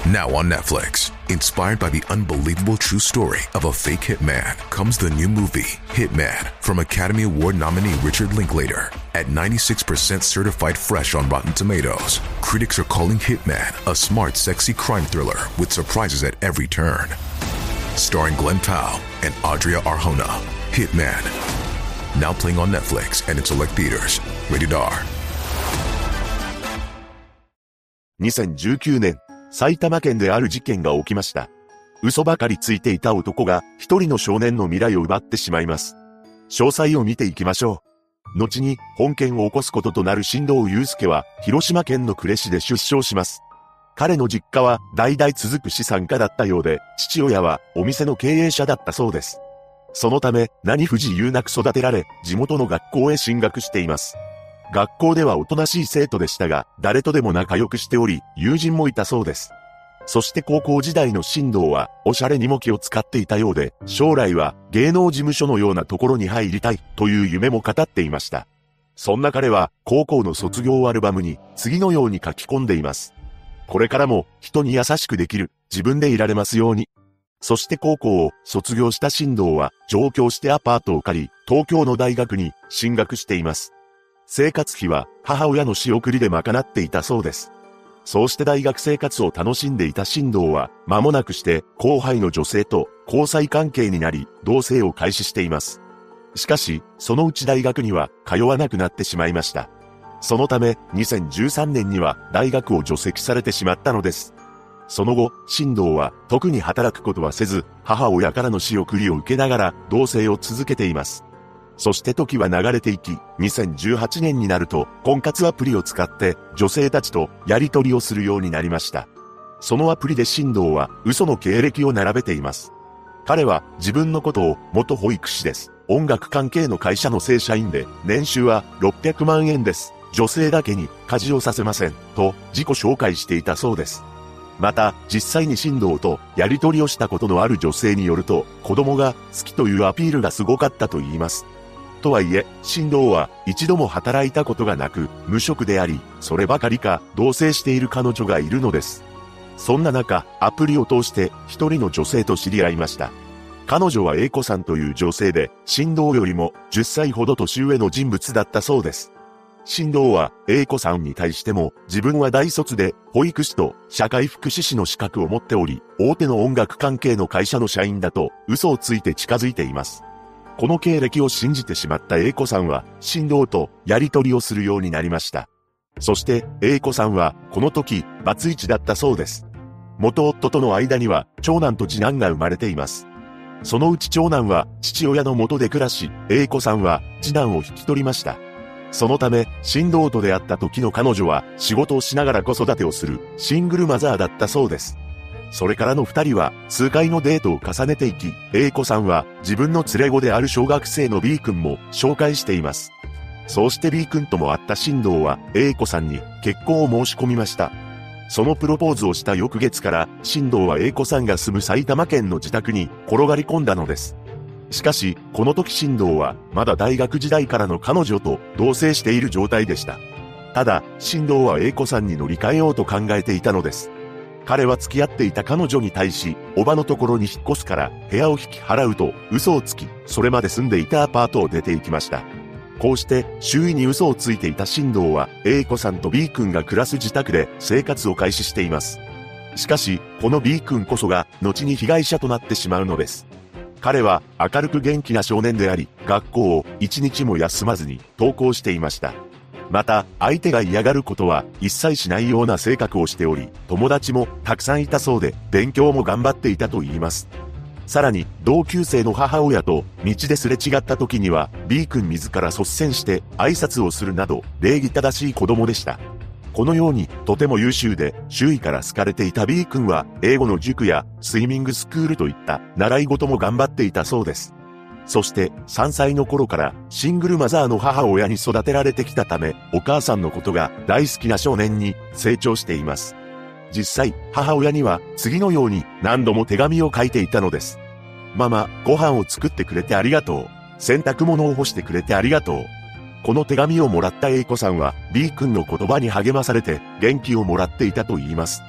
Now on Netflix, inspired by the unbelievable true story of a fake hitman, comes the new movie, Hitman, from Academy Award nominee Richard Linklater. At 96% certified fresh on Rotten Tomatoes, critics are calling Hitman a smart, sexy crime thriller with surprises at every turn. Starring Glenn Powell and Adria Arjona, Hitman. Now playing on Netflix and in select theaters. Rated R. 2019年、埼玉県である事件が起きました。嘘ばかりついていた男が一人の少年の未来を奪ってしまいます。詳細を見ていきましょう。後に本件を起こすこととなる新藤祐介は広島県の呉市で出生します。彼の実家は代々続く資産家だったようで、父親はお店の経営者だったそうです。そのため何不自由なく育てられ、地元の学校へ進学しています。学校ではおとなしい生徒でしたが、誰とでも仲良くしており、友人もいたそうです。そして高校時代の新藤は、おしゃれにも気を使っていたようで、将来は芸能事務所のようなところに入りたいという夢も語っていました。そんな彼は、高校の卒業アルバムに次のように書き込んでいます。これからも人に優しくできる、自分でいられますように。そして高校を卒業した新藤は、上京してアパートを借り、東京の大学に進学しています。生活費は母親の仕送りで賄っていたそうです。そうして大学生活を楽しんでいた新藤は、間もなくして後輩の女性と交際関係になり、同棲を開始しています。しかし、そのうち大学には通わなくなってしまいました。そのため、2013年には大学を除籍されてしまったのです。その後、新藤は特に働くことはせず、母親からの仕送りを受けながら同棲を続けています。そして時は流れていき、2018年になると、婚活アプリを使って女性たちとやり取りをするようになりました。そのアプリで新藤は嘘の経歴を並べています。彼は自分のことを元保育士です。音楽関係の会社の正社員で、年収は600万円です。女性だけに家事をさせません。と自己紹介していたそうです。また、実際に新藤とやり取りをしたことのある女性によると、子供が好きというアピールがすごかったと言います。とはいえ、新藤は一度も働いたことがなく、無職であり、そればかりか同棲している彼女がいるのです。そんな中、アプリを通して一人の女性と知り合いました。彼女は A 子さんという女性で、新藤よりも10歳ほど年上の人物だったそうです。新藤は A 子さんに対しても、自分は大卒で保育士と社会福祉士の資格を持っており、大手の音楽関係の会社の社員だと嘘をついて近づいています。この経歴を信じてしまった A 子さんは、新藤とやり取りをするようになりました。そして A 子さんは、この時、バツイチだったそうです。元夫との間には、長男と次男が生まれています。そのうち長男は、父親の元で暮らし、A 子さんは、次男を引き取りました。そのため、新藤と出会った時の彼女は、仕事をしながら子育てをする、シングルマザーだったそうです。それからの二人は数回のデートを重ねていき、A 子さんは自分の連れ子である小学生の B 君も紹介しています。そうして B 君とも会った新藤は A 子さんに結婚を申し込みました。そのプロポーズをした翌月から新藤は A 子さんが住む埼玉県の自宅に転がり込んだのです。しかし、この時新藤はまだ大学時代からの彼女と同棲している状態でした。ただ、新藤は A 子さんに乗り換えようと考えていたのです。彼は付き合っていた彼女に対し、おばのところに引っ越すから部屋を引き払うと嘘をつき、それまで住んでいたアパートを出て行きました。こうして周囲に嘘をついていた新藤は A 子さんと B 君が暮らす自宅で生活を開始しています。しかし、この B 君こそが後に被害者となってしまうのです。彼は明るく元気な少年であり、学校を一日も休まずに登校していました。また、相手が嫌がることは一切しないような性格をしており、友達もたくさんいたそうで、勉強も頑張っていたと言います。さらに、同級生の母親と道ですれ違った時には、B 君自ら率先して挨拶をするなど、礼儀正しい子供でした。このように、とても優秀で、周囲から好かれていた B 君は、英語の塾やスイミングスクールといった習い事も頑張っていたそうです。そして3歳の頃からシングルマザーの母親に育てられてきたため、お母さんのことが大好きな少年に成長しています。実際、母親には次のように何度も手紙を書いていたのです。ママ、ご飯を作ってくれてありがとう。洗濯物を干してくれてありがとう。この手紙をもらった A 子さんは B 君の言葉に励まされて元気をもらっていたと言います。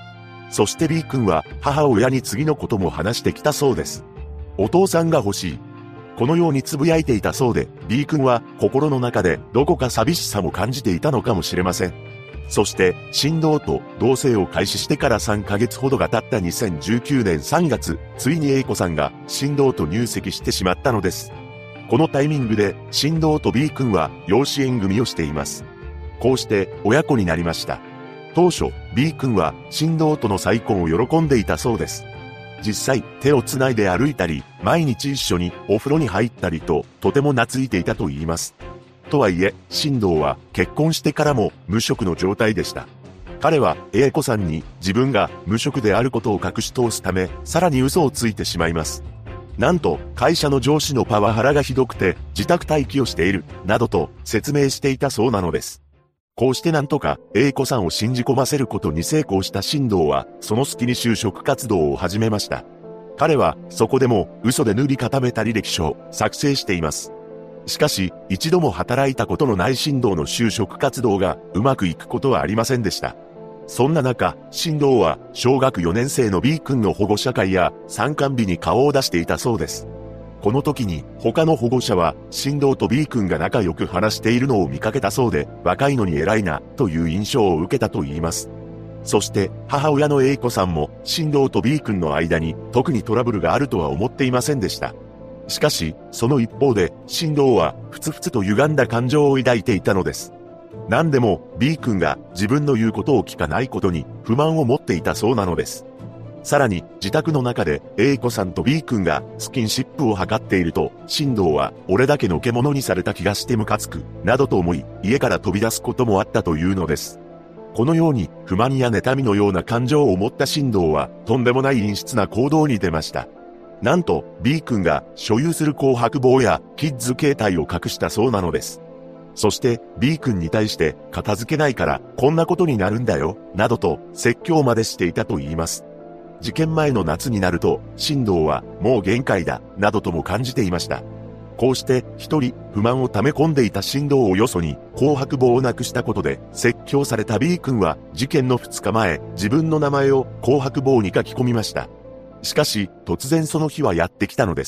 そして B 君は母親に次のことも話してきたそうです。お父さんが欲しい。このようにつぶやいていたそうで、B 君は心の中でどこか寂しさも感じていたのかもしれません。そして、新藤と同棲を開始してから3ヶ月ほどが経った2019年3月、ついに A 子さんが新藤と入籍してしまったのです。このタイミングで、新藤と B 君は養子縁組をしています。こうして親子になりました。当初、B 君は新藤との再婚を喜んでいたそうです。実際、手をつないで歩いたり、毎日一緒にお風呂に入ったりと、とても懐いていたと言います。とはいえ、新藤は結婚してからも無職の状態でした。彼は A 子さんに自分が無職であることを隠し通すため、さらに嘘をついてしまいます。なんと、会社の上司のパワハラがひどくて、自宅待機をしている、などと説明していたそうなのです。こうしてなんとか A 子さんを信じ込ませることに成功した新藤は、その隙に就職活動を始めました。彼は、そこでも嘘で塗り固めた履歴書を作成しています。しかし、一度も働いたことのない新藤の就職活動がうまくいくことはありませんでした。そんな中、新藤は小学4年生の B 君の保護者会や参観日に顔を出していたそうです。この時に他の保護者は新藤と B 君が仲良く話しているのを見かけたそうで、若いのに偉いなという印象を受けたと言います。そして母親の A 子さんも新藤と B 君の間に特にトラブルがあるとは思っていませんでした。しかし、その一方で新藤はふつふつと歪んだ感情を抱いていたのです。何でも B 君が自分の言うことを聞かないことに不満を持っていたそうなのです。さらに自宅の中で A 子さんと B 君がスキンシップを図っていると、新藤は俺だけの獣にされた気がしてムカつく、などと思い家から飛び出すこともあったというのです。このように不満や妬みのような感情を持った新藤はとんでもない陰湿な行動に出ました。なんと B 君が所有する紅白棒やキッズ携帯を隠したそうなのです。そして B 君に対して片付けないからこんなことになるんだよ、などと説教までしていたと言います。事件前の夏になると、新藤はもう限界だ、などとも感じていました。こうして一人不満を溜め込んでいた新藤をよそに紅白棒をなくしたことで説教された B 君は事件の2日前、自分の名前を紅白棒に書き込みました。しかし突然その日はやってきたのです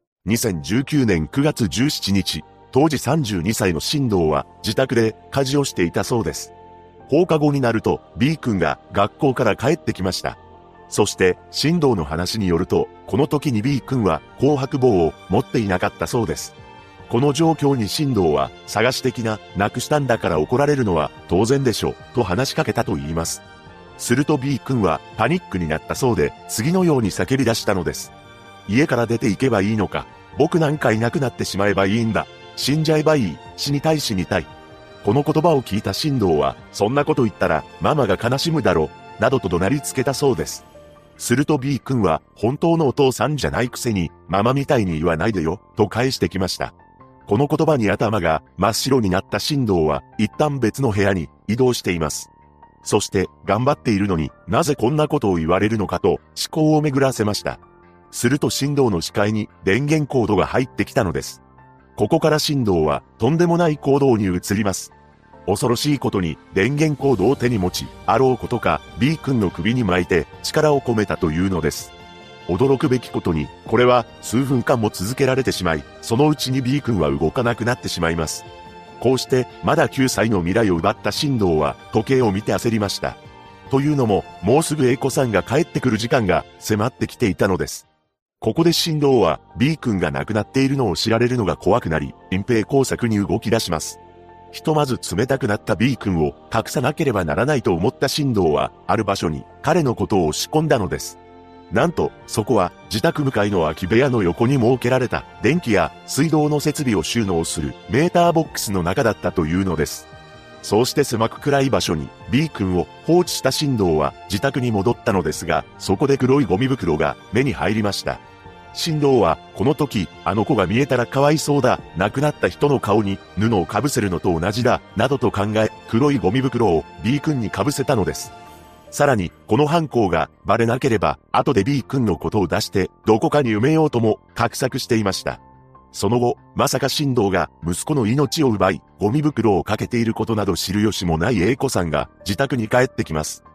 。2019年9月17日、当時32歳の新藤は自宅で家事をしていたそうです。放課後になると B 君が学校から帰ってきました。そして、新藤の話によると、この時に B 君は紅白棒を持っていなかったそうです。この状況に新藤は、探し的な、なくしたんだから怒られるのは当然でしょ、と話しかけたと言います。すると B 君はパニックになったそうで、次のように叫び出したのです。家から出て行けばいいのか。僕なんかいなくなってしまえばいいんだ。死んじゃえばいい。死にたい死にたい。この言葉を聞いた新藤は、そんなこと言ったら、ママが悲しむだろう、などと怒鳴りつけたそうです。すると B 君は本当のお父さんじゃないくせにママみたいに言わないでよと返してきました。この言葉に頭が真っ白になった新藤は一旦別の部屋に移動しています。そして頑張っているのになぜこんなことを言われるのかと思考を巡らせました。すると新藤の視界に電源コードが入ってきたのです。ここから新藤はとんでもない行動に移ります。恐ろしいことに電源コードを手に持ち、あろうことか B 君の首に巻いて力を込めたというのです。驚くべきことに、これは数分間も続けられてしまい、そのうちに B 君は動かなくなってしまいます。こうしてまだ9歳の未来を奪った新藤は時計を見て焦りました。というのも、もうすぐ A 子さんが帰ってくる時間が迫ってきていたのです。ここで新藤は B 君が亡くなっているのを知られるのが怖くなり、隠蔽工作に動き出します。ひとまず冷たくなった B 君を託さなければならないと思った新藤は、ある場所に彼のことを仕込んだのです。なんと、そこは自宅向かいの空き部屋の横に設けられた電気や水道の設備を収納するメーターボックスの中だったというのです。そうして狭く暗い場所に B 君を放置した新藤は自宅に戻ったのですが、そこで黒いゴミ袋が目に入りました。新藤は、この時、あの子が見えたらかわいそうだ、亡くなった人の顔に布をかぶせるのと同じだ、などと考え、黒いゴミ袋を B 君にかぶせたのです。さらに、この犯行がバレなければ、後で B 君のことを出して、どこかに埋めようとも画策していました。その後、まさか新藤が息子の命を奪い、ゴミ袋をかけていることなど知る由もない A 子さんが自宅に帰ってきます。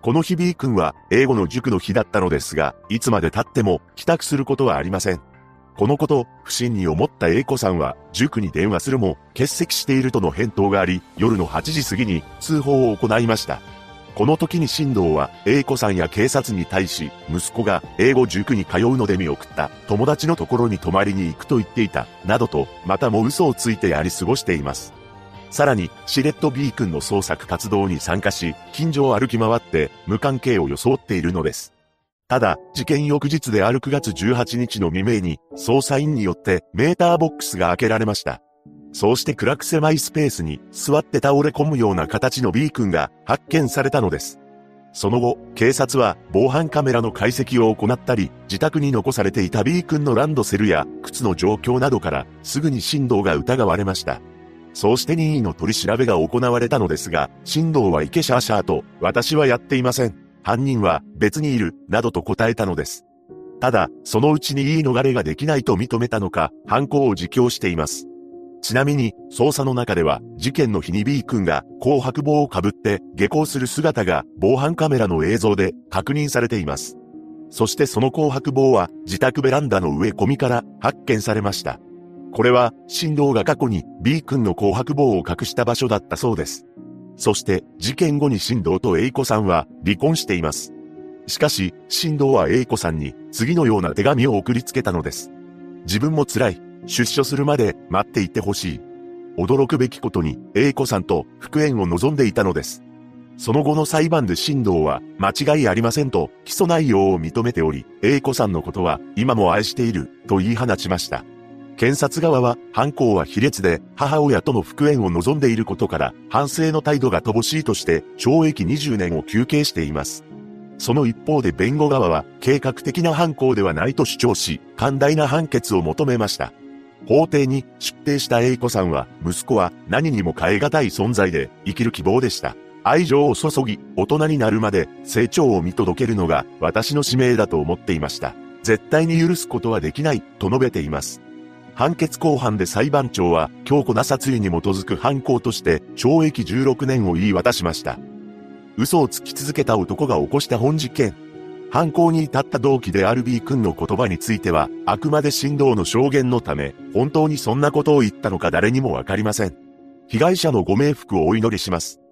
この日 B 君は英語の塾の日だったのですが、いつまで経っても帰宅することはありません。このこと、不審に思った A 子さんは塾に電話するも欠席しているとの返答があり、夜の8時過ぎに通報を行いました。この時に進藤は A 子さんや警察に対し、息子が英語塾に通うので見送った友達のところに泊まりに行くと言っていた、などとまたも嘘をついてやり過ごしています。さらに、しれっと B 君の捜索活動に参加し、近所を歩き回って無関係を装っているのです。ただ、事件翌日である9月18日の未明に、捜査員によってメーターボックスが開けられました。そうして暗く狭いスペースに座って倒れ込むような形の B 君が発見されたのです。その後、警察は防犯カメラの解析を行ったり、自宅に残されていた B 君のランドセルや靴の状況などからすぐに進藤が疑われました。そうして任意の取り調べが行われたのですが、進藤はイケシャーシャーと、私はやっていません。犯人は別にいる、などと答えたのです。ただ、そのうちに言い逃れができないと認めたのか、犯行を自供しています。ちなみに、捜査の中では、事件の日に B 君が紅白帽をかぶって下校する姿が防犯カメラの映像で確認されています。そしてその紅白帽は自宅ベランダの植え込みから発見されました。これは、進藤が過去に B 君の紅白帽を隠した場所だったそうです。そして、事件後に進藤と A 子さんは離婚しています。しかし、進藤は A 子さんに次のような手紙を送りつけたのです。自分も辛い。出所するまで待っていてほしい。驚くべきことに A 子さんと復縁を望んでいたのです。その後の裁判で進藤は間違いありませんと起訴内容を認めており、A 子さんのことは今も愛していると言い放ちました。検察側は犯行は卑劣で母親との復縁を望んでいることから反省の態度が乏しいとして懲役20年を求刑しています。その一方で弁護側は計画的な犯行ではないと主張し、寛大な判決を求めました。法廷に出廷した A 子さんは、息子は何にも代え難い存在で生きる希望でした。愛情を注ぎ、大人になるまで成長を見届けるのが私の使命だと思っていました。絶対に許すことはできない、と述べています。判決公判で裁判長は強固な殺意に基づく犯行として懲役16年を言い渡しました。嘘をつき続けた男が起こした本事件。犯行に至った動機である B 君の言葉については、あくまで進藤の証言のため、本当にそんなことを言ったのか誰にもわかりません。被害者のご冥福をお祈りします。